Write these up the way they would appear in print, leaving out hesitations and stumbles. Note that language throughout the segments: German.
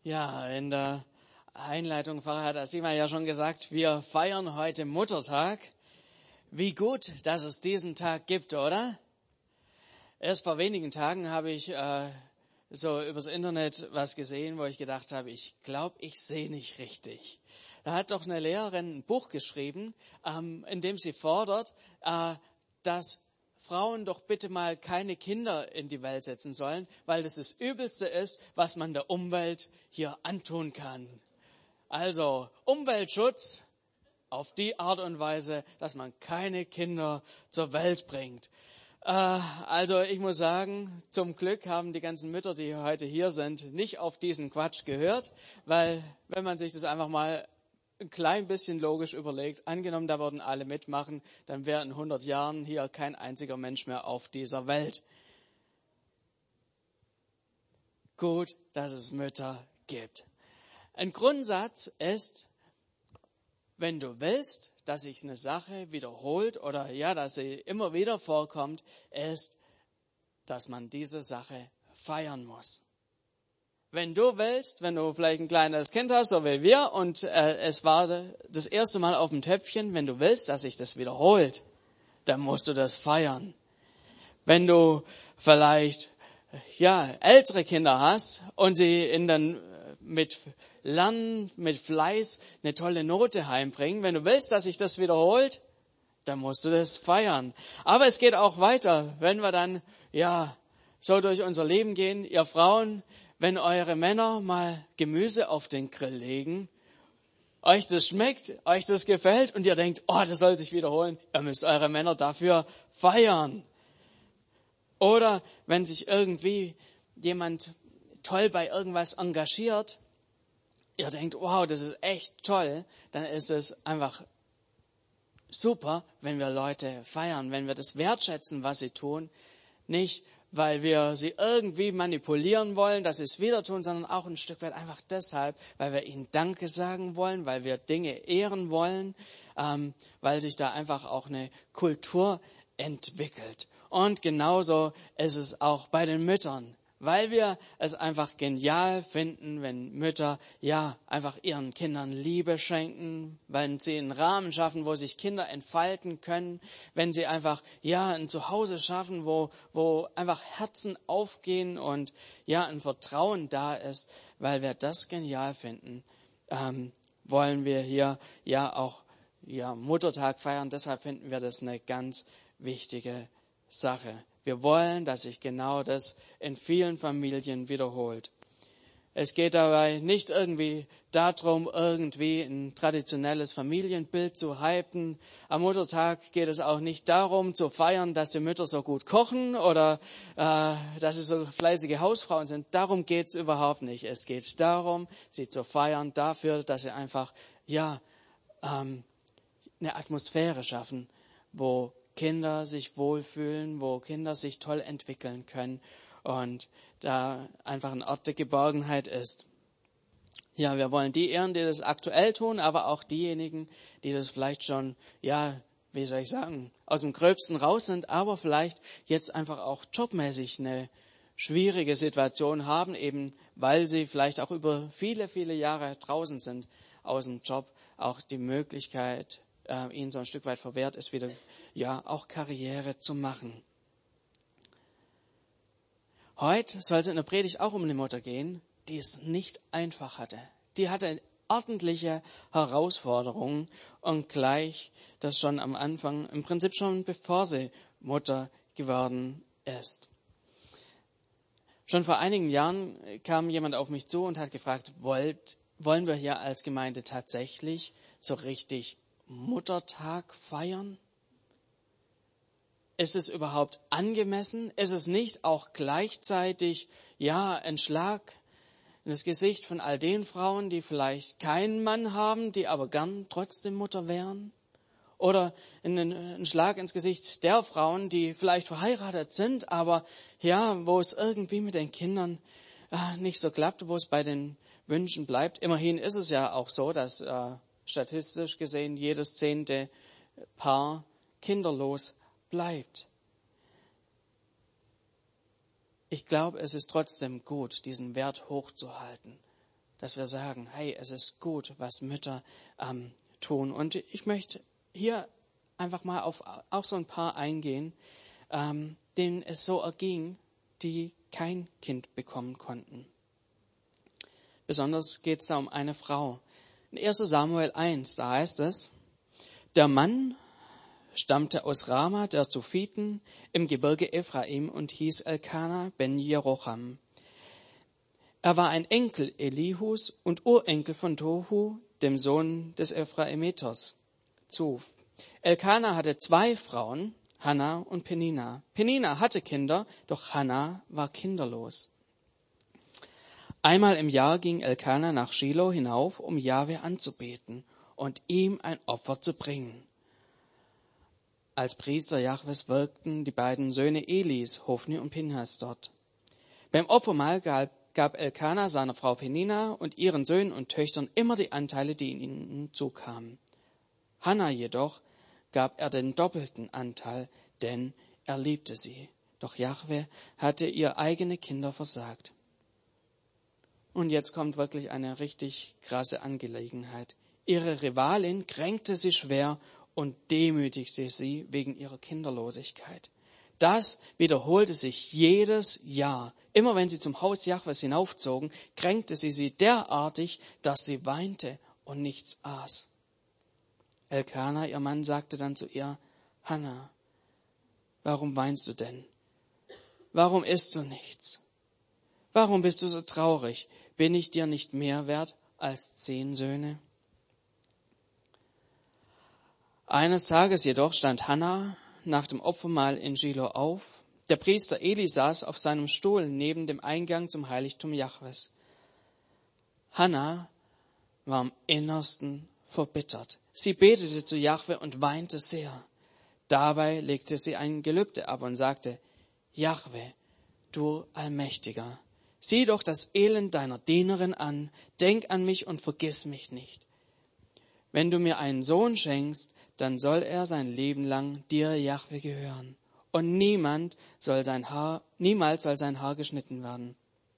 Ja, in der Einleitung vorher hat Asima ja schon gesagt, wir feiern heute Muttertag. Wie gut, dass es diesen Tag gibt, oder? Erst vor wenigen Tagen habe ich so übers Internet was gesehen, wo ich gedacht habe, ich glaube, ich sehe nicht richtig. Da hat doch eine Lehrerin ein Buch geschrieben, in dem sie fordert, dass Frauen doch bitte mal keine Kinder in die Welt setzen sollen, weil das das Übelste ist, was man der Umwelt hier antun kann. Also Umweltschutz auf die Art und Weise, dass man keine Kinder zur Welt bringt. Also ich muss sagen, zum Glück haben die ganzen Mütter, die heute hier sind, nicht auf diesen Quatsch gehört, weil wenn man sich das einfach mal ein klein bisschen logisch überlegt, angenommen, da würden alle mitmachen, dann wäre in 100 Jahren hier kein einziger Mensch mehr auf dieser Welt. Gut, dass es Mütter gibt. Ein Grundsatz ist, wenn du willst, dass sich eine Sache wiederholt oder ja, dass sie immer wieder vorkommt, ist, dass man diese Sache feiern muss. Wenn du willst, wenn du vielleicht ein kleines Kind hast, so wie wir, und es war das erste Mal auf dem Töpfchen, wenn du willst, dass sich das wiederholt, dann musst du das feiern. Wenn du vielleicht ältere Kinder hast und sie mit Lernen, mit Fleiß eine tolle Note heimbringen, wenn du willst, dass sich das wiederholt, dann musst du das feiern. Aber es geht auch weiter, wenn wir dann so durch unser Leben gehen, ihr Frauen, wenn eure Männer mal Gemüse auf den Grill legen, euch das schmeckt, euch das gefällt und ihr denkt, das soll sich wiederholen, ihr müsst eure Männer dafür feiern. Oder wenn sich irgendwie jemand toll bei irgendwas engagiert, ihr denkt, wow, das ist echt toll, dann ist es einfach super, wenn wir Leute feiern, wenn wir das wertschätzen, was sie tun, nicht weil wir sie irgendwie manipulieren wollen, dass sie es wieder tun, sondern auch ein Stück weit einfach deshalb, weil wir ihnen Danke sagen wollen, weil wir Dinge ehren wollen, weil sich da einfach auch eine Kultur entwickelt. Und genauso ist es auch bei den Müttern, weil wir es einfach genial finden, wenn Mütter einfach ihren Kindern Liebe schenken, wenn sie einen Rahmen schaffen, wo sich Kinder entfalten können, wenn sie einfach ein Zuhause schaffen, wo einfach Herzen aufgehen und ein Vertrauen da ist, weil wir das genial finden, wollen wir hier auch Muttertag feiern. Deshalb finden wir das eine ganz wichtige Sache. Wir wollen, dass sich genau das in vielen Familien wiederholt. Es geht dabei nicht irgendwie darum, irgendwie ein traditionelles Familienbild zu hypen. Am Muttertag geht es auch nicht darum, zu feiern, dass die Mütter so gut kochen oder dass sie so fleißige Hausfrauen sind. Darum geht es überhaupt nicht. Es geht darum, sie zu feiern dafür, dass sie einfach eine Atmosphäre schaffen, wo Kinder sich wohlfühlen, wo Kinder sich toll entwickeln können und da einfach ein Ort der Geborgenheit ist. Ja, wir wollen die ehren, die das aktuell tun, aber auch diejenigen, die das vielleicht schon, aus dem Gröbsten raus sind, aber vielleicht jetzt einfach auch jobmäßig eine schwierige Situation haben, eben weil sie vielleicht auch über viele, viele Jahre draußen sind aus dem Job, auch die Möglichkeit ihnen so ein Stück weit verwehrt ist, wieder auch Karriere zu machen. Heute soll es in der Predigt auch um eine Mutter gehen, die es nicht einfach hatte. Die hatte ordentliche Herausforderungen und gleich das schon am Anfang, im Prinzip schon bevor sie Mutter geworden ist. Schon vor einigen Jahren kam jemand auf mich zu und hat gefragt, wollen wir hier als Gemeinde tatsächlich so richtig Muttertag feiern? Ist es überhaupt angemessen? Ist es nicht auch gleichzeitig, ein Schlag in das Gesicht von all den Frauen, die vielleicht keinen Mann haben, die aber gern trotzdem Mutter wären? Oder ein Schlag ins Gesicht der Frauen, die vielleicht verheiratet sind, aber wo es irgendwie mit den Kindern nicht so klappt, wo es bei den Wünschen bleibt. Immerhin ist es ja auch so, dass statistisch gesehen jedes 10. Paar kinderlos bleibt. Ich glaube, es ist trotzdem gut, diesen Wert hochzuhalten. dass wir sagen, hey, es ist gut, was Mütter tun. Und ich möchte hier einfach mal auf auch so ein paar eingehen, denen es so erging, die kein Kind bekommen konnten. Besonders geht es da um eine Frau. In 1. Samuel 1, da heißt es, der Mann stammte aus Rama der Zophiten im Gebirge Ephraim und hieß Elkana ben Jerocham. Er war ein Enkel Elihus und Urenkel von Tohu, dem Sohn des Ephraimiters. Elkana hatte 2 Frauen, Hannah und Penina. Penina hatte Kinder, doch Hannah war kinderlos. Einmal im Jahr ging Elkana nach Schilo hinauf, um Jahwe anzubeten und ihm ein Opfer zu bringen. Als Priester Jahwes wirkten die beiden Söhne Elis, Hofni und Pinhas, dort. Beim Opfermahl gab Elkana seiner Frau Penina und ihren Söhnen und Töchtern immer die Anteile, die ihnen zukamen. Hannah jedoch gab er den doppelten Anteil, denn er liebte sie. Doch Jahwe hatte ihr eigene Kinder versagt. Und jetzt kommt wirklich eine richtig krasse Angelegenheit. Ihre Rivalin kränkte sie schwer und demütigte sie wegen ihrer Kinderlosigkeit. Das wiederholte sich jedes Jahr. Immer wenn sie zum Haus Jahwes hinaufzogen, kränkte sie derartig, dass sie weinte und nichts aß. Elkana, ihr Mann, sagte dann zu ihr, Hannah, warum weinst du denn? Warum isst du nichts? Warum bist du so traurig? Bin ich dir nicht mehr wert als 10 Söhne? Eines Tages jedoch stand Hannah nach dem Opfermahl in Schilo auf. Der Priester Eli saß auf seinem Stuhl neben dem Eingang zum Heiligtum Jahwes. Hannah war im Innersten verbittert. Sie betete zu Jahwe und weinte sehr. Dabei legte sie ein Gelübde ab und sagte, Jahwe, du Allmächtiger, sieh doch das Elend deiner Dienerin an, denk an mich und vergiss mich nicht. Wenn du mir einen Sohn schenkst, dann soll er sein Leben lang dir, Jahwe, gehören. Und niemals soll sein Haar geschnitten werden.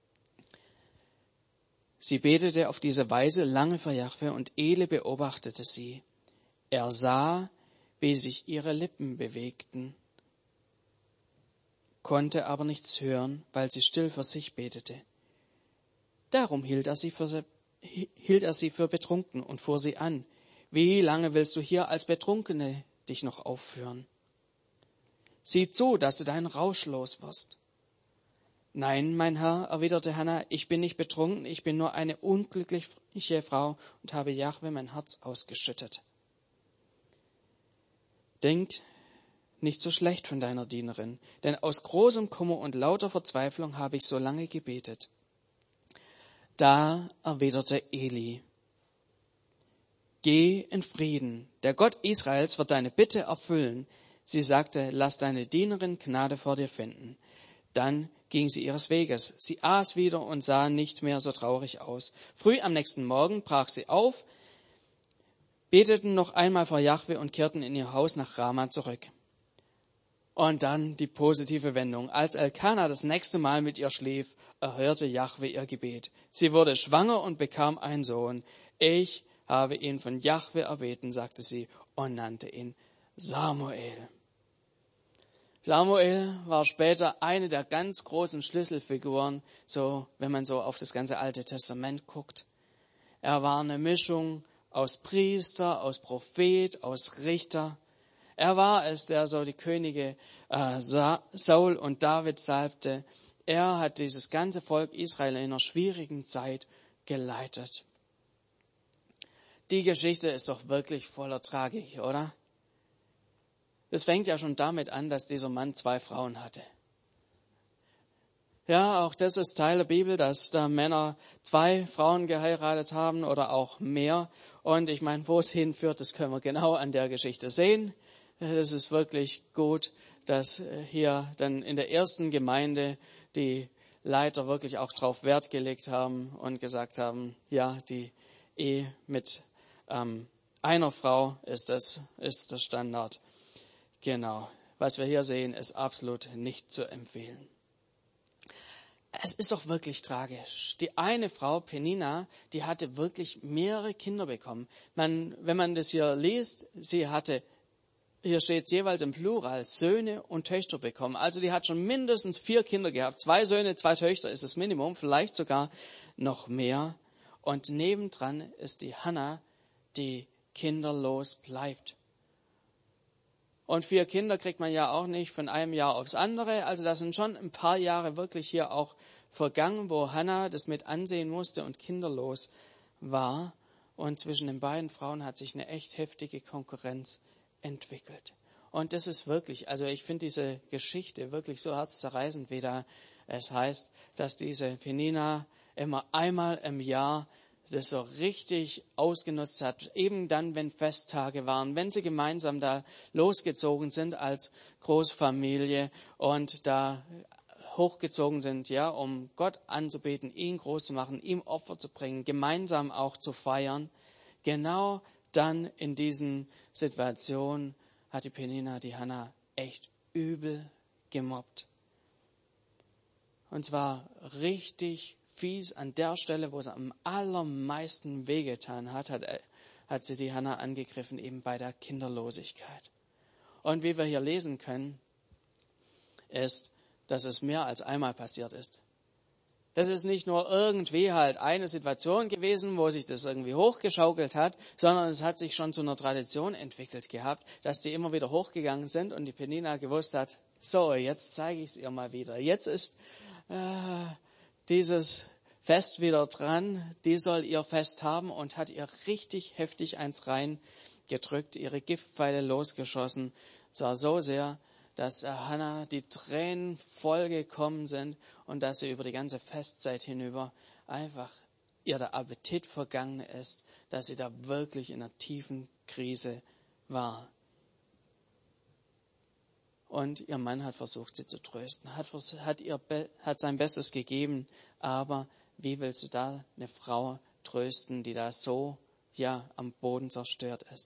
Sie betete auf diese Weise lange für Jahwe und Eli beobachtete sie. Er sah, wie sich ihre Lippen bewegten, konnte aber nichts hören, weil sie still für sich betete. Darum hielt er sie für betrunken und fuhr sie an. Wie lange willst du hier als Betrunkene dich noch aufführen? Sieh zu, dass du deinen Rausch los wirst. Nein, mein Herr, erwiderte Hannah, ich bin nicht betrunken, ich bin nur eine unglückliche Frau und habe Jahwe mein Herz ausgeschüttet. Denk nicht so schlecht von deiner Dienerin, denn aus großem Kummer und lauter Verzweiflung habe ich so lange gebetet. Da erwiderte Eli, geh in Frieden, der Gott Israels wird deine Bitte erfüllen. Sie sagte, lass deine Dienerin Gnade vor dir finden. Dann ging sie ihres Weges. Sie aß wieder und sah nicht mehr so traurig aus. Früh am nächsten Morgen brach sie auf, beteten noch einmal vor Jahwe und kehrten in ihr Haus nach Rama zurück. Und dann die positive Wendung. Als Elkana das nächste Mal mit ihr schlief, erhörte Jahwe ihr Gebet. Sie wurde schwanger und bekam einen Sohn. Ich habe ihn von Jahwe erbeten, sagte sie, und nannte ihn Samuel. Samuel war später eine der ganz großen Schlüsselfiguren, so wenn man so auf das ganze Alte Testament guckt. Er war eine Mischung aus Priester, aus Prophet, aus Richter. Er war es, der so die Könige Saul und David salbte. Er hat dieses ganze Volk Israel in einer schwierigen Zeit geleitet. Die Geschichte ist doch wirklich voller Tragik, oder? Es fängt ja schon damit an, dass dieser Mann 2 Frauen hatte. Ja, auch das ist Teil der Bibel, dass da Männer 2 Frauen geheiratet haben oder auch mehr. Und ich meine, wo es hinführt, das können wir genau an der Geschichte sehen. Das ist wirklich gut, dass hier dann in der ersten Gemeinde die Leiter wirklich auch darauf Wert gelegt haben und gesagt haben, ja, die Ehe mit einer Frau ist der Standard. Genau. Was wir hier sehen, ist absolut nicht zu empfehlen. es ist doch wirklich tragisch. Die eine Frau, Penina, die hatte wirklich mehrere Kinder bekommen. Wenn man das hier liest, sie hatte, hier steht es jeweils im Plural, Söhne und Töchter bekommen. Also die hat schon mindestens 4 Kinder gehabt. 2 Söhne, 2 Töchter ist das Minimum, vielleicht sogar noch mehr. Und nebendran ist die Hannah, die kinderlos bleibt. Und 4 Kinder kriegt man ja auch nicht von einem Jahr aufs andere. Also da sind schon ein paar Jahre wirklich hier auch vergangen, wo Hannah das mit ansehen musste und kinderlos war. Und zwischen den beiden Frauen hat sich eine echt heftige Konkurrenz entwickelt. Und das ist wirklich, also ich finde diese Geschichte wirklich so herzzerreißend, wie da es heißt, dass diese Penina immer einmal im Jahr das so richtig ausgenutzt hat, eben dann, wenn Festtage waren, wenn sie gemeinsam da losgezogen sind als Großfamilie und da hochgezogen sind, ja, um Gott anzubeten, ihn groß zu machen, ihm Opfer zu bringen, gemeinsam auch zu feiern. Genau dann in diesen Situationen hat die Penina, die Hannah, echt übel gemobbt. Und zwar richtig fies an der Stelle, wo es am allermeisten wehgetan hat, hat sie die Hannah angegriffen, eben bei der Kinderlosigkeit. Und wie wir hier lesen können, ist, dass es mehr als einmal passiert ist. Das ist nicht nur irgendwie halt eine Situation gewesen, wo sich das irgendwie hochgeschaukelt hat, sondern es hat sich schon zu einer Tradition entwickelt gehabt, dass die immer wieder hochgegangen sind und die Penina gewusst hat, so, jetzt zeige ich es ihr mal wieder. Jetzt ist dieses Fest wieder dran, die soll ihr Fest haben und hat ihr richtig heftig eins reingedrückt, ihre Giftpfeile losgeschossen, zwar so sehr, dass Hannah die Tränen vollgekommen sind und dass sie über die ganze Festzeit hinüber einfach ihr der Appetit vergangen ist, dass sie da wirklich in einer tiefen Krise war. Und ihr Mann hat versucht, sie zu trösten, hat sein Bestes gegeben, aber wie willst du da eine Frau trösten, die da so am Boden zerstört ist?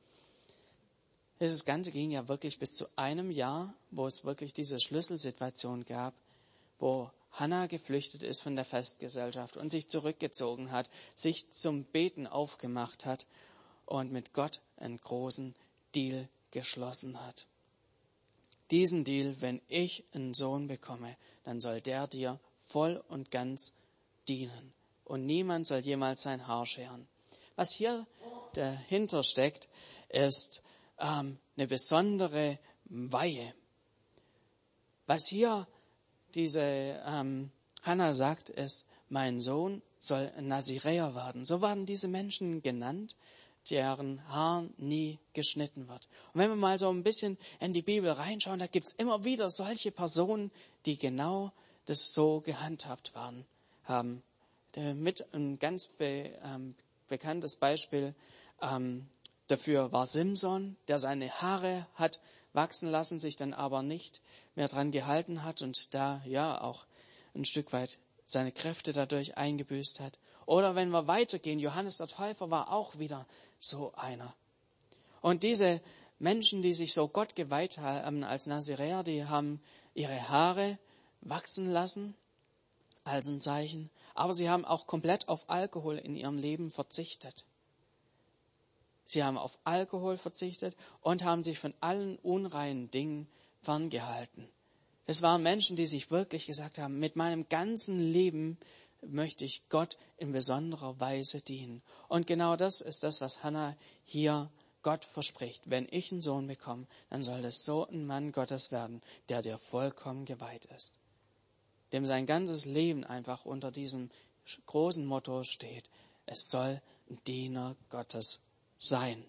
Das Ganze ging ja wirklich bis zu einem Jahr, wo es wirklich diese Schlüsselsituation gab, wo Hannah geflüchtet ist von der Festgesellschaft und sich zurückgezogen hat, sich zum Beten aufgemacht hat und mit Gott einen großen Deal geschlossen hat. Diesen Deal, wenn ich einen Sohn bekomme, dann soll der dir voll und ganz dienen. Und niemand soll jemals sein Haar scheren. Was hier dahinter steckt, ist eine besondere Weihe. Was hier diese Hannah sagt, ist, mein Sohn soll ein Naziräer werden. So waren diese Menschen genannt, deren Haar nie geschnitten wird. Und wenn wir mal so ein bisschen in die Bibel reinschauen, da gibt's immer wieder solche Personen, die genau das so gehandhabt haben. Mit ein ganz bekanntes Beispiel dafür war Simson, der seine Haare hat wachsen lassen, sich dann aber nicht mehr dran gehalten hat und da auch ein Stück weit seine Kräfte dadurch eingebüßt hat. Oder wenn wir weitergehen, Johannes der Täufer war auch wieder so einer. Und diese Menschen, die sich so Gott geweiht haben als Naziräer, die haben ihre Haare wachsen lassen als ein Zeichen, aber sie haben auch komplett auf Alkohol in ihrem Leben verzichtet. Sie haben auf Alkohol verzichtet und haben sich von allen unreinen Dingen ferngehalten. Das waren Menschen, die sich wirklich gesagt haben, mit meinem ganzen Leben möchte ich Gott in besonderer Weise dienen. Und genau das ist das, was Hannah hier Gott verspricht. Wenn ich einen Sohn bekomme, dann soll das so ein Mann Gottes werden, der dir vollkommen geweiht ist. Dem sein ganzes Leben einfach unter diesem großen Motto steht. Es soll ein Diener Gottes sein.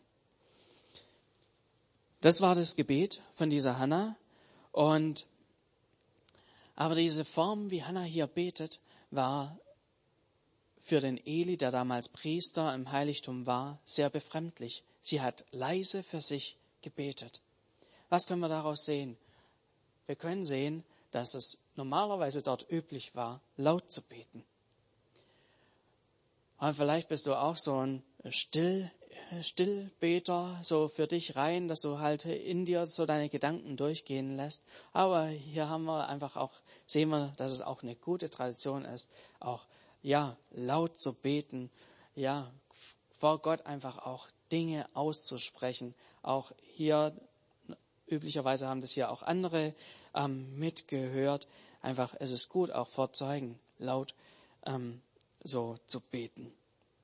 Das war das Gebet von dieser Hannah. Aber diese Form, wie Hannah hier betet, war für den Eli, der damals Priester im Heiligtum war, sehr befremdlich. Sie hat leise für sich gebetet. Was können wir daraus sehen? Wir können sehen, dass es normalerweise dort üblich war, laut zu beten. Und vielleicht bist du auch so ein Stillbeter so für dich rein, dass du halt in dir so deine Gedanken durchgehen lässt. Aber hier haben wir einfach auch, sehen wir, dass es auch eine gute Tradition ist, auch, ja, laut zu beten, ja, vor Gott einfach auch Dinge auszusprechen. Auch hier, üblicherweise haben das hier auch andere mitgehört. Einfach, es ist gut, auch vor Zeugen laut so zu beten.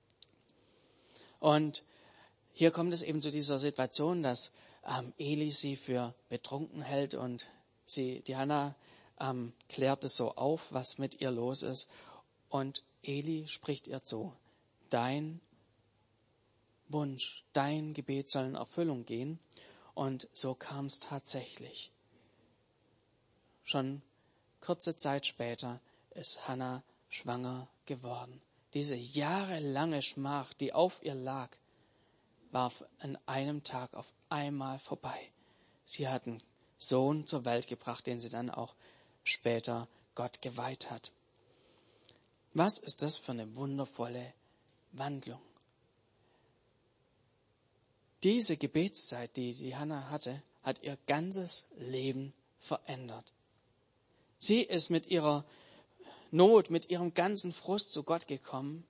Und hier kommt es eben zu dieser Situation, dass Eli sie für betrunken hält und die Hannah klärt es so auf, was mit ihr los ist. Und Eli spricht ihr zu: Dein Wunsch, dein Gebet soll in Erfüllung gehen. Und so kam es tatsächlich. Schon kurze Zeit später ist Hannah schwanger geworden. Diese jahrelange Schmach, die auf ihr lag, war an einem Tag auf einmal vorbei. Sie hat einen Sohn zur Welt gebracht, den sie dann auch später Gott geweiht hat. Was ist das für eine wundervolle Wandlung? Diese Gebetszeit, die Hannah hatte, hat ihr ganzes Leben verändert. Sie ist mit ihrer Not, mit ihrem ganzen Frust zu Gott gekommen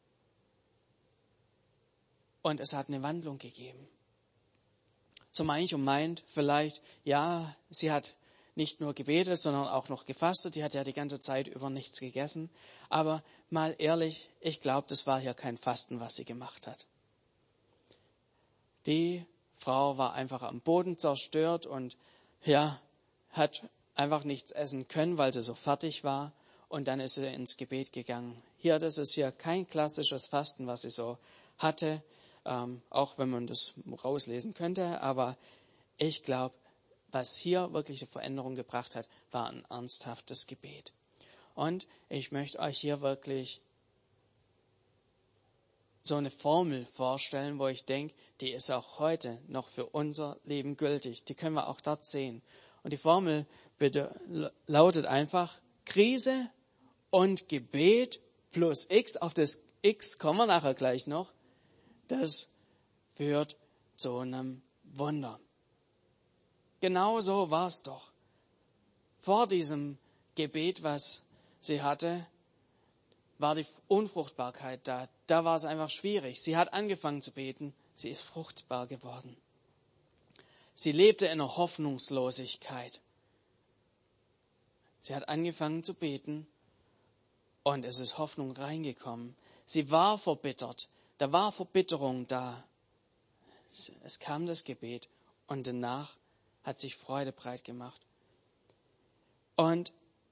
und es hat eine Wandlung gegeben. So manch und meint vielleicht, ja, sie hat nicht nur gebetet, sondern auch noch gefastet. Die hat ja die ganze Zeit über nichts gegessen. Aber mal ehrlich, ich glaube, das war hier kein Fasten, was sie gemacht hat. Die Frau war einfach am Boden zerstört und ja, hat einfach nichts essen können, weil sie so fertig war. Und dann ist sie ins Gebet gegangen. Das ist hier kein klassisches Fasten, was sie so hatte, auch wenn man das rauslesen könnte. Aber ich glaube, was hier wirklich eine Veränderung gebracht hat, war ein ernsthaftes Gebet. Und ich möchte euch hier wirklich so eine Formel vorstellen, wo ich denke, die ist auch heute noch für unser Leben gültig. Die können wir auch dort sehen. Und die Formel lautet einfach: Krise und Gebet plus X, auf das X kommen wir nachher gleich noch, das führt zu einem Wunder. Genau so war es doch. Vor diesem Gebet, was sie hatte, war die Unfruchtbarkeit da. Da war es einfach schwierig. Sie hat angefangen zu beten, sie ist fruchtbar geworden. Sie lebte in einer Hoffnungslosigkeit. Sie hat angefangen zu beten und es ist Hoffnung reingekommen. Sie war verbittert, da war Verbitterung da. Es kam das Gebet und danach hat sich Freude breit gemacht. Und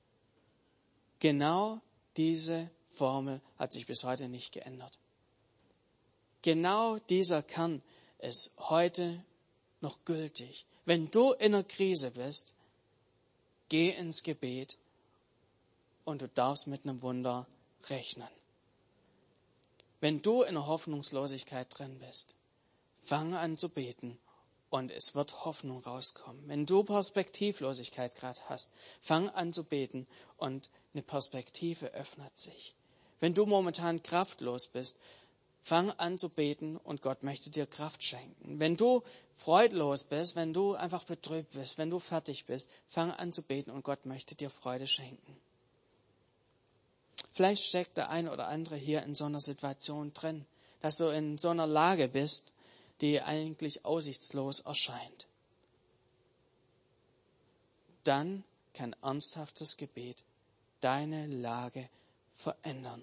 genau diese Formel hat sich bis heute nicht geändert. Genau dieser Kern ist heute noch gültig. Wenn du in einer Krise bist, geh ins Gebet und du darfst mit einem Wunder rechnen. Wenn du in einer Hoffnungslosigkeit drin bist, fange an zu beten und es wird Hoffnung rauskommen. Wenn du Perspektivlosigkeit gerade hast, fang an zu beten und eine Perspektive öffnet sich. Wenn du momentan kraftlos bist, fang an zu beten und Gott möchte dir Kraft schenken. Wenn du freudlos bist, wenn du einfach betrübt bist, wenn du fertig bist, fang an zu beten und Gott möchte dir Freude schenken. Vielleicht steckt der eine oder andere hier in so einer Situation drin, dass du in so einer Lage bist, die eigentlich aussichtslos erscheint. Dann kann ernsthaftes Gebet deine Lage verändern.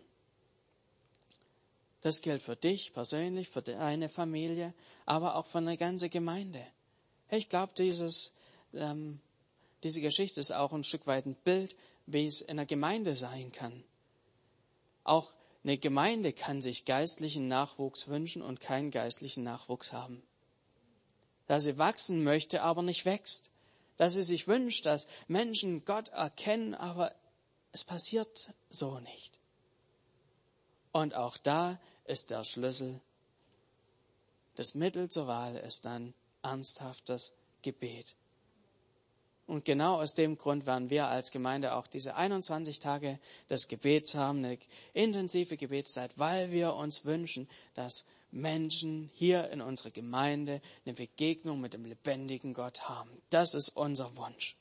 Das gilt für dich persönlich, für deine Familie, aber auch für eine ganze Gemeinde. Ich glaube, diese Geschichte ist auch ein Stück weit ein Bild, wie es in einer Gemeinde sein kann. Auch eine Gemeinde kann sich geistlichen Nachwuchs wünschen und keinen geistlichen Nachwuchs haben. Dass sie wachsen möchte, aber nicht wächst. Dass sie sich wünscht, dass Menschen Gott erkennen, aber es passiert so nicht. Und auch da ist der Schlüssel, das Mittel zur Wahl ist dann ernsthaftes Gebet. Und genau aus dem Grund werden wir als Gemeinde auch diese 21 Tage des Gebets haben, eine intensive Gebetszeit, weil wir uns wünschen, dass Menschen hier in unserer Gemeinde eine Begegnung mit dem lebendigen Gott haben. Das ist unser Wunsch.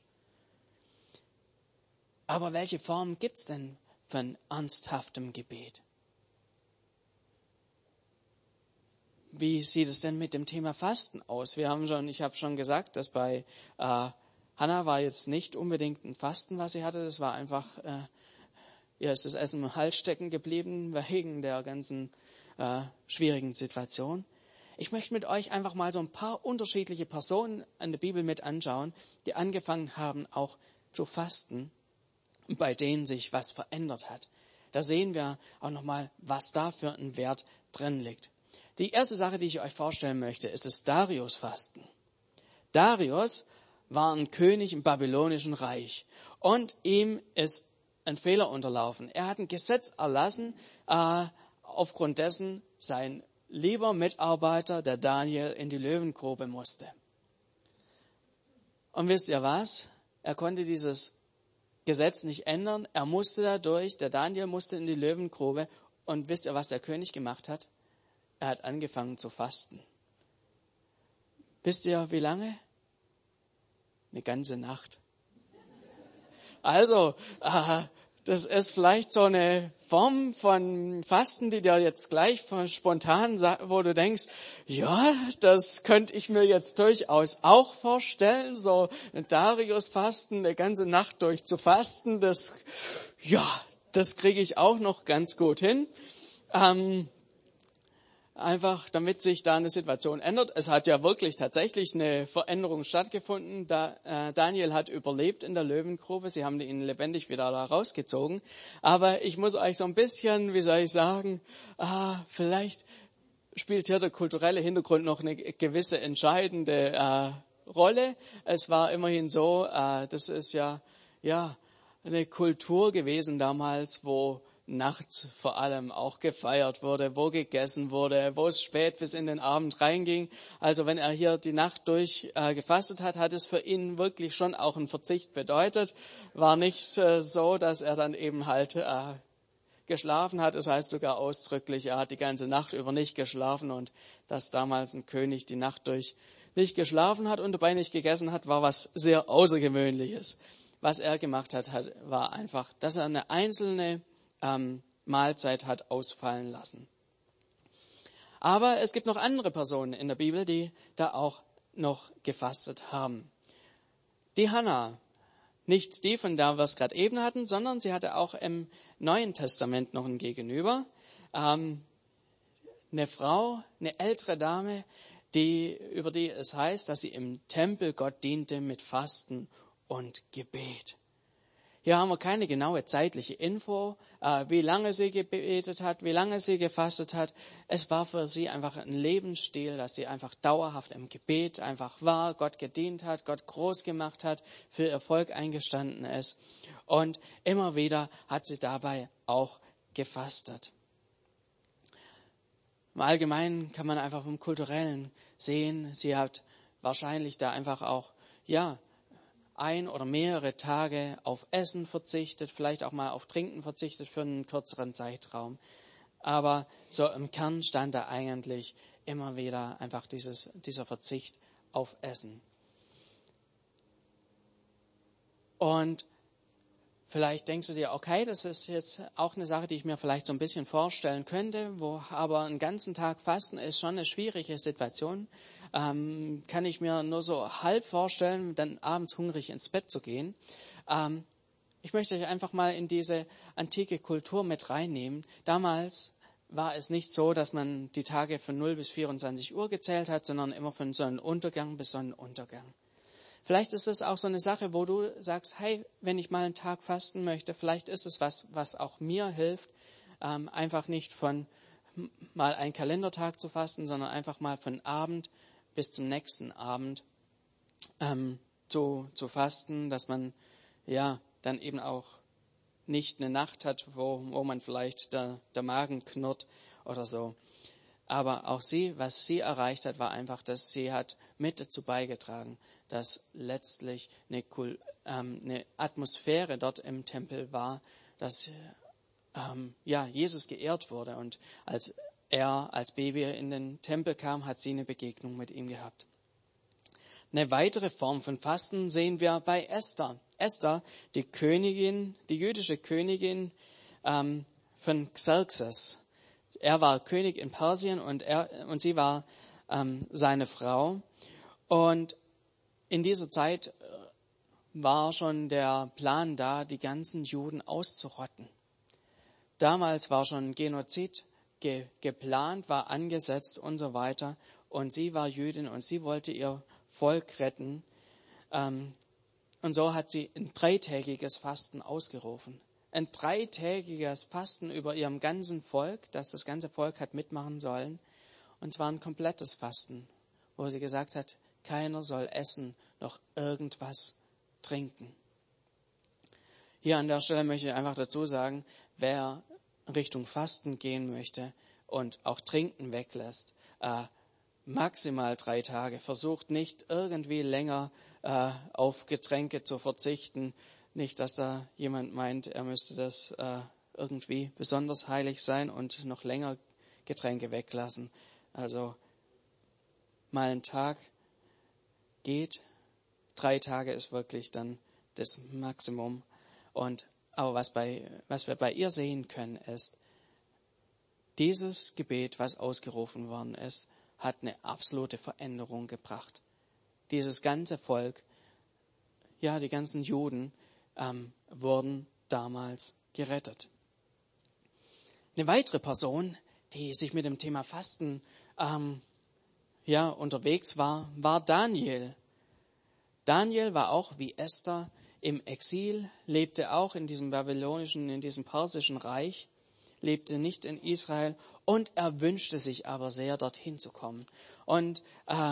Aber welche Form gibt es denn von ernsthaftem Gebet? Wie sieht es denn mit dem Thema Fasten aus? Ich habe schon gesagt, dass bei Hannah war jetzt nicht unbedingt ein Fasten, was sie hatte. Das war einfach, ihr ist das Essen im Hals stecken geblieben wegen der ganzen schwierigen Situation. Ich möchte mit euch einfach mal so ein paar unterschiedliche Personen in der Bibel mit anschauen, die angefangen haben auch zu fasten, bei denen sich was verändert hat. Da sehen wir auch nochmal, was da für ein Wert drin liegt. Die erste Sache, die ich euch vorstellen möchte, ist das Darius-Fasten. Darius war ein König im babylonischen Reich und ihm ist ein Fehler unterlaufen. Er hat ein Gesetz erlassen, aufgrund dessen sein lieber Mitarbeiter, der Daniel, in die Löwengrube musste. Und wisst ihr was? Er konnte dieses Gesetz nicht ändern. Er musste dadurch, der Daniel musste in die Löwengrube. Und wisst ihr, was der König gemacht hat? Er hat angefangen zu fasten. Wisst ihr, wie lange? Eine ganze Nacht. Also, das ist vielleicht so eine Form von Fasten, die dir jetzt gleich spontan sagt, wo du denkst, ja, das könnte ich mir jetzt durchaus auch vorstellen, so ein Darius-Fasten, eine ganze Nacht durch zu fasten, das kriege ich auch noch ganz gut hin. Einfach, damit sich da eine Situation ändert. Es hat ja wirklich tatsächlich eine Veränderung stattgefunden. Daniel hat überlebt in der Löwengrube. Sie haben ihn lebendig wieder da rausgezogen. Aber ich muss euch so ein bisschen, wie soll ich sagen, vielleicht spielt hier der kulturelle Hintergrund noch eine gewisse entscheidende Rolle. Es war immerhin so, das ist ja eine Kultur gewesen damals, wo nachts vor allem auch gefeiert wurde, wo gegessen wurde, wo es spät bis in den Abend reinging. Also wenn er hier die Nacht durch gefastet hat, hat es für ihn wirklich schon auch einen Verzicht bedeutet. War nicht so, dass er dann eben halt geschlafen hat. Das heißt sogar ausdrücklich, er hat die ganze Nacht über nicht geschlafen und dass damals ein König die Nacht durch nicht geschlafen hat und dabei nicht gegessen hat, war was sehr Außergewöhnliches. Was er gemacht hat, war einfach, dass er eine einzelne Mahlzeit hat ausfallen lassen. Aber es gibt noch andere Personen in der Bibel, die da auch noch gefastet haben. Die Hannah, nicht die, von der wir es gerade eben hatten, sondern sie hatte auch im Neuen Testament noch ein Gegenüber. Eine Frau, eine ältere Dame, über die es heißt, dass sie im Tempel Gott diente mit Fasten und Gebet. Hier haben wir keine genaue zeitliche Info, wie lange sie gebetet hat, wie lange sie gefastet hat. Es war für sie einfach ein Lebensstil, dass sie einfach dauerhaft im Gebet einfach war, Gott gedient hat, Gott groß gemacht hat, für Erfolg eingestanden ist. Und immer wieder hat sie dabei auch gefastet. Im Allgemeinen kann man einfach vom Kulturellen sehen, sie hat wahrscheinlich da einfach auch, ein oder mehrere Tage auf Essen verzichtet, vielleicht auch mal auf Trinken verzichtet für einen kürzeren Zeitraum. Aber so im Kern stand da eigentlich immer wieder einfach dieser Verzicht auf Essen. Und vielleicht denkst du dir, okay, das ist jetzt auch eine Sache, die ich mir vielleicht so ein bisschen vorstellen könnte, aber einen ganzen Tag fasten ist schon eine schwierige Situation. Kann ich mir nur so halb vorstellen, dann abends hungrig ins Bett zu gehen. Ich möchte euch einfach mal in diese antike Kultur mit reinnehmen. Damals war es nicht so, dass man die Tage von 0 bis 24 Uhr gezählt hat, sondern immer von Sonnenuntergang bis Sonnenuntergang. Vielleicht ist es auch so eine Sache, wo du sagst, hey, wenn ich mal einen Tag fasten möchte, vielleicht ist es was auch mir hilft, einfach nicht von mal einen Kalendertag zu fasten, sondern einfach mal von Abend bis zum nächsten Abend zu fasten, dass man dann eben auch nicht eine Nacht hat, wo man vielleicht der Magen knurrt oder so. Aber auch was sie erreicht hat, war einfach, dass sie hat mit dazu beigetragen, dass letztlich eine Atmosphäre dort im Tempel war, dass Jesus geehrt wurde. Und als er als Baby in den Tempel kam, hat sie eine Begegnung mit ihm gehabt. Eine weitere Form von Fasten sehen wir bei Esther. Esther, die Königin, die jüdische Königin von Xerxes. Er war König in Persien und sie war seine Frau. Und in dieser Zeit war schon der Plan da, die ganzen Juden auszurotten. Damals war schon Genozid geplant, war angesetzt und so weiter. Und sie war Jüdin und sie wollte ihr Volk retten. Und so hat sie ein 3-tägiges Fasten ausgerufen. Ein 3-tägiges Fasten über ihrem ganzen Volk, das ganze Volk hat mitmachen sollen. Und zwar ein komplettes Fasten, wo sie gesagt hat, keiner soll essen, noch irgendwas trinken. Hier an der Stelle möchte ich einfach dazu sagen, wer Richtung Fasten gehen möchte und auch Trinken weglässt, maximal 3 Tage. Versucht nicht irgendwie länger auf Getränke zu verzichten. Nicht, dass da jemand meint, er müsste das irgendwie besonders heilig sein und noch länger Getränke weglassen. Also mal ein Tag geht, 3 Tage ist wirklich dann das Maximum. Aber was wir bei ihr sehen können, ist, dieses Gebet, was ausgerufen worden ist, hat eine absolute Veränderung gebracht. Dieses ganze Volk, ja, die ganzen Juden, wurden damals gerettet. Eine weitere Person, die sich mit dem Thema Fasten unterwegs war Daniel. Daniel war auch wie Esther im Exil, lebte auch in diesem persischen Reich, lebte nicht in Israel und er wünschte sich aber sehr, dorthin zu kommen. Und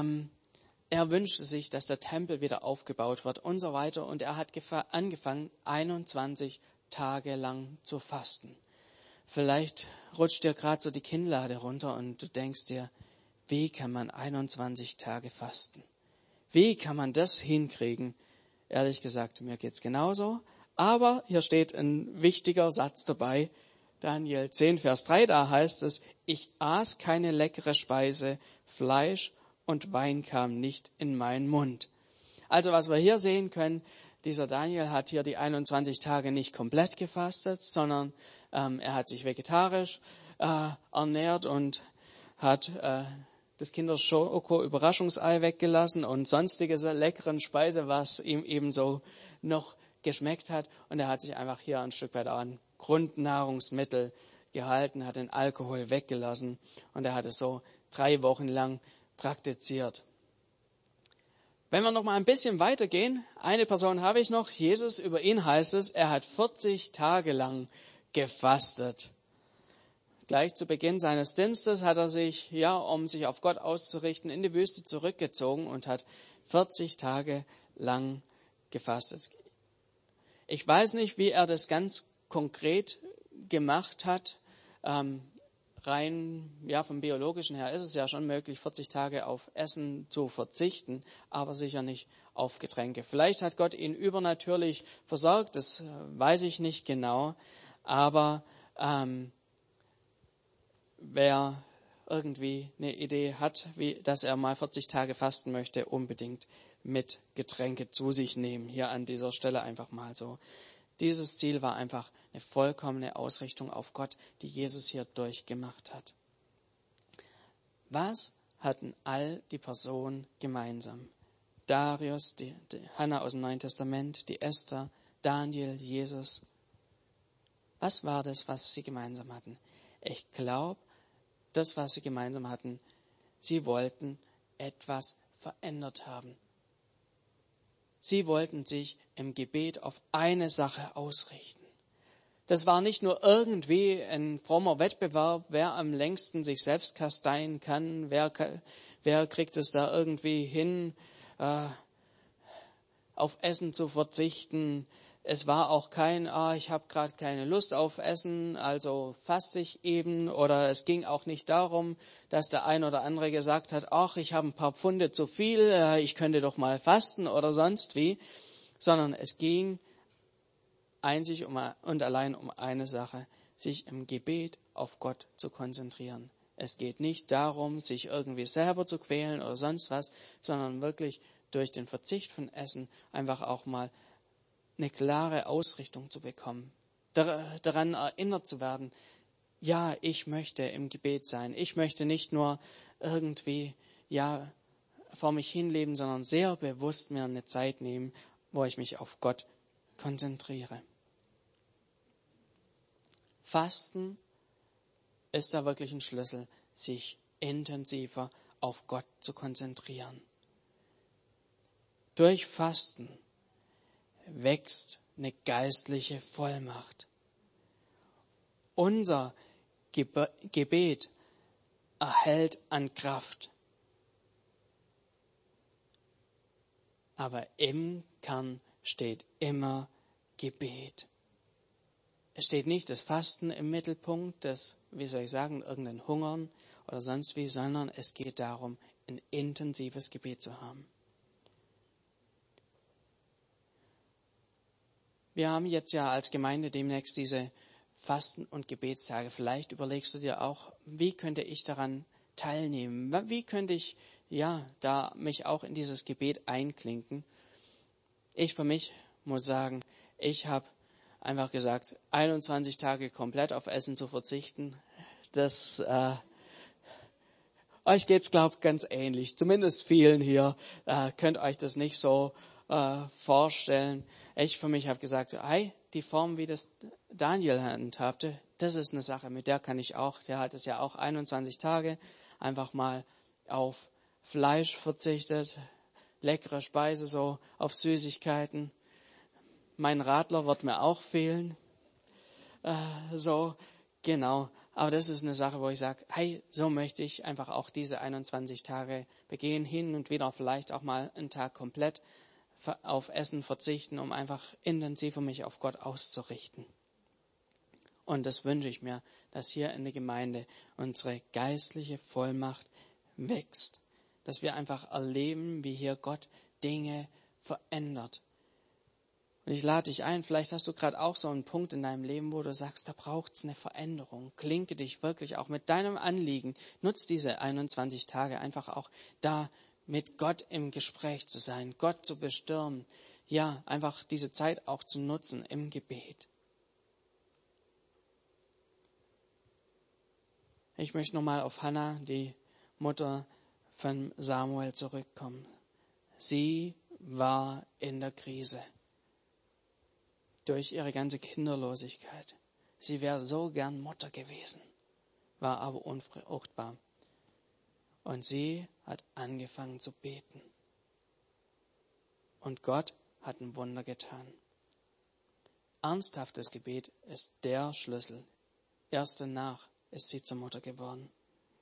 er wünschte sich, dass der Tempel wieder aufgebaut wird und so weiter. Und er hat angefangen, 21 Tage lang zu fasten. Vielleicht rutscht dir gerade so die Kinnlade runter und du denkst dir, wie kann man 21 Tage fasten? Wie kann man das hinkriegen? Ehrlich gesagt, mir geht's genauso. Aber hier steht ein wichtiger Satz dabei. Daniel 10, Vers 3, da heißt es, ich aß keine leckere Speise, Fleisch und Wein kam nicht in meinen Mund. Also was wir hier sehen können, dieser Daniel hat hier die 21 Tage nicht komplett gefastet, sondern er hat sich vegetarisch ernährt und hat das Kinderschoko-Überraschungsei weggelassen und sonstige leckeren Speise, was ihm eben so noch geschmeckt hat. Und er hat sich einfach hier ein Stück weit an Grundnahrungsmittel gehalten, hat den Alkohol weggelassen und er hat es so 3 Wochen lang praktiziert. Wenn wir noch mal ein bisschen weitergehen, eine Person habe ich noch, Jesus, über ihn heißt es, er hat 40 Tage lang gefastet. Gleich zu Beginn seines Dienstes hat er sich, um sich auf Gott auszurichten, in die Wüste zurückgezogen und hat 40 Tage lang gefastet. Ich weiß nicht, wie er das ganz konkret gemacht hat. Rein, vom Biologischen her ist es ja schon möglich, 40 Tage auf Essen zu verzichten, aber sicher nicht auf Getränke. Vielleicht hat Gott ihn übernatürlich versorgt, das weiß ich nicht genau, aber wer irgendwie eine Idee hat, dass er mal 40 Tage fasten möchte, unbedingt mit Getränke zu sich nehmen. Hier an dieser Stelle einfach mal so. Dieses Ziel war einfach eine vollkommene Ausrichtung auf Gott, die Jesus hier durchgemacht hat. Was hatten all die Personen gemeinsam? Darius, die Hannah aus dem Neuen Testament, die Esther, Daniel, Jesus. Was war das, was sie gemeinsam hatten? Ich glaube, das, was sie gemeinsam hatten, sie wollten etwas verändert haben. Sie wollten sich im Gebet auf eine Sache ausrichten. Das war nicht nur irgendwie ein frommer Wettbewerb, wer am längsten sich selbst kasteien kann, wer kriegt es da irgendwie hin, auf Essen zu verzichten. Es war auch kein, ich habe gerade keine Lust auf Essen, also faste ich eben. Oder es ging auch nicht darum, dass der ein oder andere gesagt hat, ich habe ein paar Pfunde zu viel, ich könnte doch mal fasten oder sonst wie. Sondern es ging einzig und allein um eine Sache, sich im Gebet auf Gott zu konzentrieren. Es geht nicht darum, sich irgendwie selber zu quälen oder sonst was, sondern wirklich durch den Verzicht von Essen einfach auch mal eine klare Ausrichtung zu bekommen. Daran erinnert zu werden, ja, ich möchte im Gebet sein. Ich möchte nicht nur irgendwie, ja, vor mich hinleben, sondern sehr bewusst mir eine Zeit nehmen, wo ich mich auf Gott konzentriere. Fasten ist da wirklich ein Schlüssel, sich intensiver auf Gott zu konzentrieren. Durch Fasten wächst eine geistliche Vollmacht. Unser Gebet erhält an Kraft. Aber im Kern steht immer Gebet. Es steht nicht das Fasten im Mittelpunkt, das, irgendein Hungern oder sonst wie, sondern es geht darum, ein intensives Gebet zu haben. Wir haben jetzt ja als Gemeinde demnächst diese Fasten- und Gebetstage. Vielleicht überlegst du dir auch, wie könnte ich daran teilnehmen? Wie könnte ich da mich auch in dieses Gebet einklinken? Ich für mich muss sagen, ich habe einfach gesagt, 21 Tage komplett auf Essen zu verzichten, das euch geht's, glaube ich, ganz ähnlich. Zumindest vielen hier könnt euch das nicht so vorstellen. Ich für mich habe gesagt, die Form, wie das Daniel handhabte, das ist eine Sache, mit der kann ich auch. Der hat es ja auch 21 Tage einfach mal auf Fleisch verzichtet, leckere Speise, so auf Süßigkeiten. Mein Radler wird mir auch fehlen. Genau. Aber das ist eine Sache, wo ich sage, so möchte ich einfach auch diese 21 Tage begehen, hin und wieder vielleicht auch mal einen Tag komplett auf Essen verzichten, um einfach intensiver mich auf Gott auszurichten. Und das wünsche ich mir, dass hier in der Gemeinde unsere geistliche Vollmacht wächst. Dass wir einfach erleben, wie hier Gott Dinge verändert. Und ich lade dich ein, vielleicht hast du gerade auch so einen Punkt in deinem Leben, wo du sagst, da braucht es eine Veränderung. Klinke dich wirklich auch mit deinem Anliegen. Nutz diese 21 Tage einfach auch da mit Gott im Gespräch zu sein, Gott zu bestürmen. Ja, einfach diese Zeit auch zu nutzen im Gebet. Ich möchte nochmal auf Hannah, die Mutter von Samuel, zurückkommen. Sie war in der Krise durch ihre ganze Kinderlosigkeit. Sie wäre so gern Mutter gewesen, war aber unfruchtbar. Und sie hat angefangen zu beten. Und Gott hat ein Wunder getan. Ernsthaftes Gebet ist der Schlüssel. Erst danach ist sie zur Mutter geworden.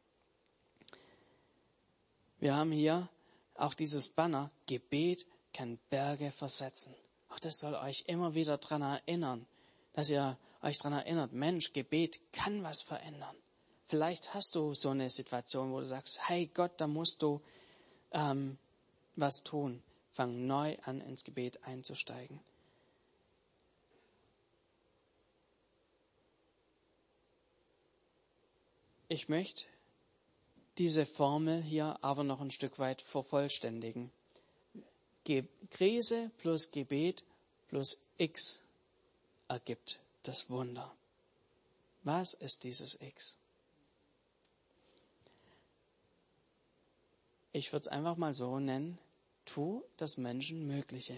Wir haben hier auch dieses Banner, Gebet kann Berge versetzen. Auch das soll euch immer wieder daran erinnern, dass ihr euch daran erinnert, Mensch, Gebet kann was verändern. Vielleicht hast du so eine Situation, wo du sagst, hey Gott, da musst du was tun. Fang neu an, ins Gebet einzusteigen. Ich möchte diese Formel hier aber noch ein Stück weit vervollständigen. Krise plus Gebet plus X ergibt das Wunder. Was ist dieses X? Ich würde es einfach mal so nennen, tu das Menschenmögliche.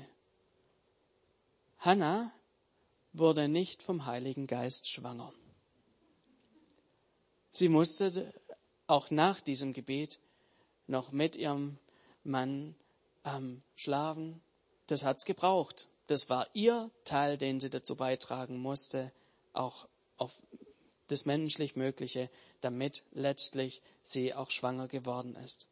Hannah wurde nicht vom Heiligen Geist schwanger. Sie musste auch nach diesem Gebet noch mit ihrem Mann schlafen. Das hat's gebraucht. Das war ihr Teil, den sie dazu beitragen musste, auch auf das menschlich Mögliche, damit letztlich sie auch schwanger geworden ist.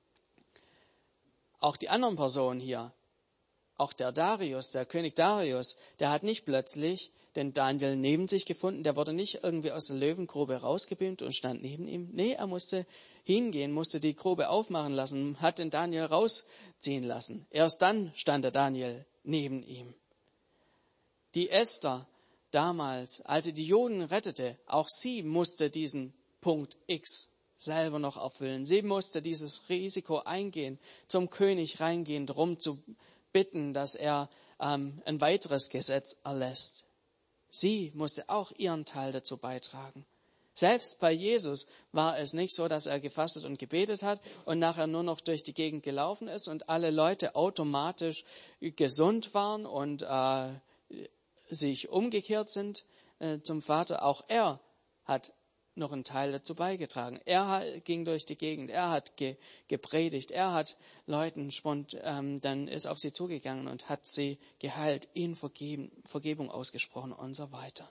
Auch die anderen Personen hier, auch der Darius, der König Darius, der hat nicht plötzlich den Daniel neben sich gefunden, der wurde nicht irgendwie aus der Löwengrube rausgebeamt und stand neben ihm. Nee, er musste hingehen, musste die Grube aufmachen lassen, hat den Daniel rausziehen lassen. Erst dann stand der Daniel neben ihm. Die Esther damals, als sie die Juden rettete, auch sie musste diesen Punkt X selber noch erfüllen. Sie musste dieses Risiko eingehen, zum König reingehen, darum zu bitten, dass er ein weiteres Gesetz erlässt. Sie musste auch ihren Teil dazu beitragen. Selbst bei Jesus war es nicht so, dass er gefastet und gebetet hat und nachher nur noch durch die Gegend gelaufen ist und alle Leute automatisch gesund waren und sich umgekehrt sind zum Vater. Auch er hat noch einen Teil dazu beigetragen. Er ging durch die Gegend, er hat gepredigt, er hat Leuten dann ist auf sie zugegangen und hat sie geheilt, ihnen Vergebung ausgesprochen und so weiter.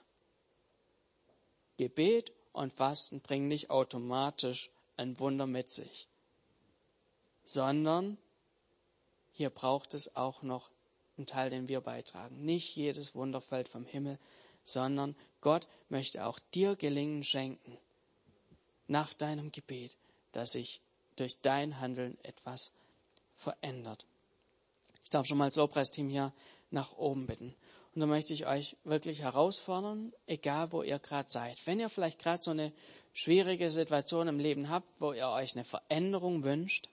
Gebet und Fasten bringen nicht automatisch ein Wunder mit sich, sondern hier braucht es auch noch einen Teil, den wir beitragen. Nicht jedes Wunder fällt vom Himmel, sondern Gott möchte auch dir Gelingen schenken, nach deinem Gebet, dass sich durch dein Handeln etwas verändert. Ich darf schon mal das Lobpreisteam hier nach oben bitten. Und da möchte ich euch wirklich herausfordern, egal wo ihr gerade seid. Wenn ihr vielleicht gerade so eine schwierige Situation im Leben habt, wo ihr euch eine Veränderung wünscht,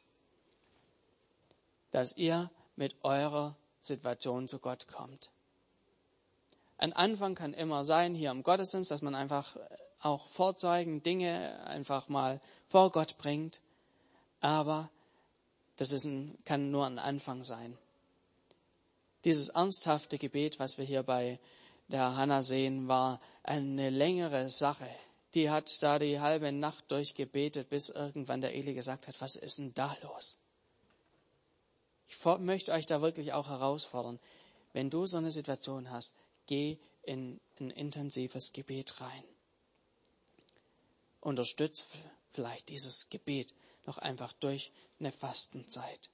dass ihr mit eurer Situation zu Gott kommt. Ein Anfang kann immer sein, hier im Gottesdienst, dass man einfach auch Vorzeugen, Dinge einfach mal vor Gott bringt. Aber das kann nur ein Anfang sein. Dieses ernsthafte Gebet, was wir hier bei der Hannah sehen, war eine längere Sache. Die hat da die halbe Nacht durchgebetet, bis irgendwann der Eli gesagt hat, was ist denn da los? Ich möchte euch da wirklich auch herausfordern. Wenn du so eine Situation hast, geh in ein intensives Gebet rein. Unterstützt vielleicht dieses Gebet noch einfach durch eine Fastenzeit.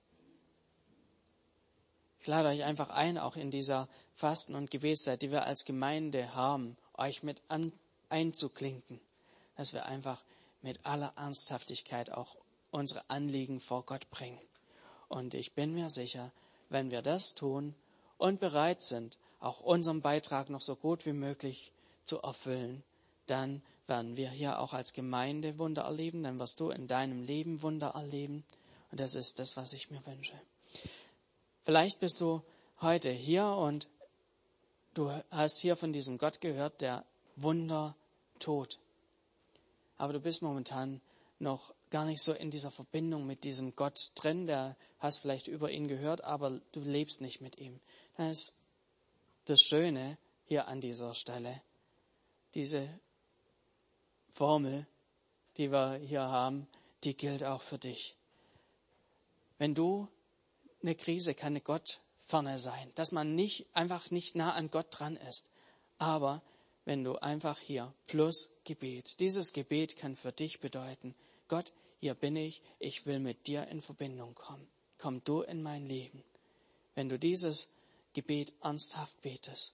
Ich lade euch einfach ein, auch in dieser Fasten- und Gebetszeit, die wir als Gemeinde haben, euch mit einzuklinken, dass wir einfach mit aller Ernsthaftigkeit auch unsere Anliegen vor Gott bringen. Und ich bin mir sicher, wenn wir das tun und bereit sind, auch unseren Beitrag noch so gut wie möglich zu erfüllen, dann werden wir hier auch als Gemeinde Wunder erleben, dann wirst du in deinem Leben Wunder erleben. Und das ist das, was ich mir wünsche. Vielleicht bist du heute hier und du hast hier von diesem Gott gehört, der Wunder tut. Aber du bist momentan noch gar nicht so in dieser Verbindung mit diesem Gott drin, der hast vielleicht über ihn gehört, aber du lebst nicht mit ihm. Dann ist das Schöne hier an dieser Stelle, diese Formel, die wir hier haben, die gilt auch für dich. Wenn du eine Krise kann eine Gottferne sein, dass man einfach nicht nah an Gott dran ist. Aber wenn du einfach hier plus Gebet, dieses Gebet kann für dich bedeuten, Gott, hier bin ich will mit dir in Verbindung kommen. Komm du in mein Leben. Wenn du dieses Gebet ernsthaft betest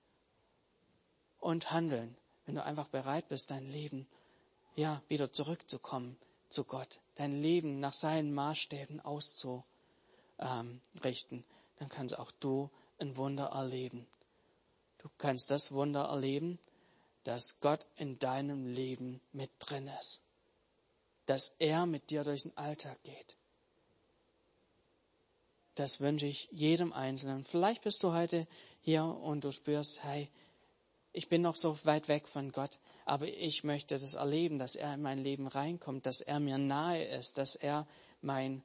und handeln, wenn du einfach bereit bist, dein Leben wieder zurückzukommen zu Gott, dein Leben nach seinen Maßstäben auszurichten, dann kannst auch du ein Wunder erleben. Du kannst das Wunder erleben, dass Gott in deinem Leben mit drin ist. Dass er mit dir durch den Alltag geht. Das wünsche ich jedem Einzelnen. Vielleicht bist du heute hier und du spürst, hey, ich bin noch so weit weg von Gott, aber ich möchte das erleben, dass er in mein Leben reinkommt, dass er mir nahe ist, dass er mir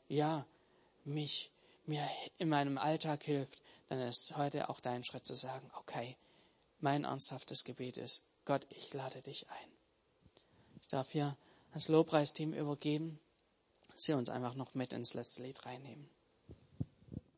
in meinem Alltag hilft. Dann ist heute auch dein Schritt zu sagen, okay, mein ernsthaftes Gebet ist, Gott, ich lade dich ein. Ich darf hier das Lobpreisteam übergeben, dass sie uns einfach noch mit ins letzte Lied reinnehmen.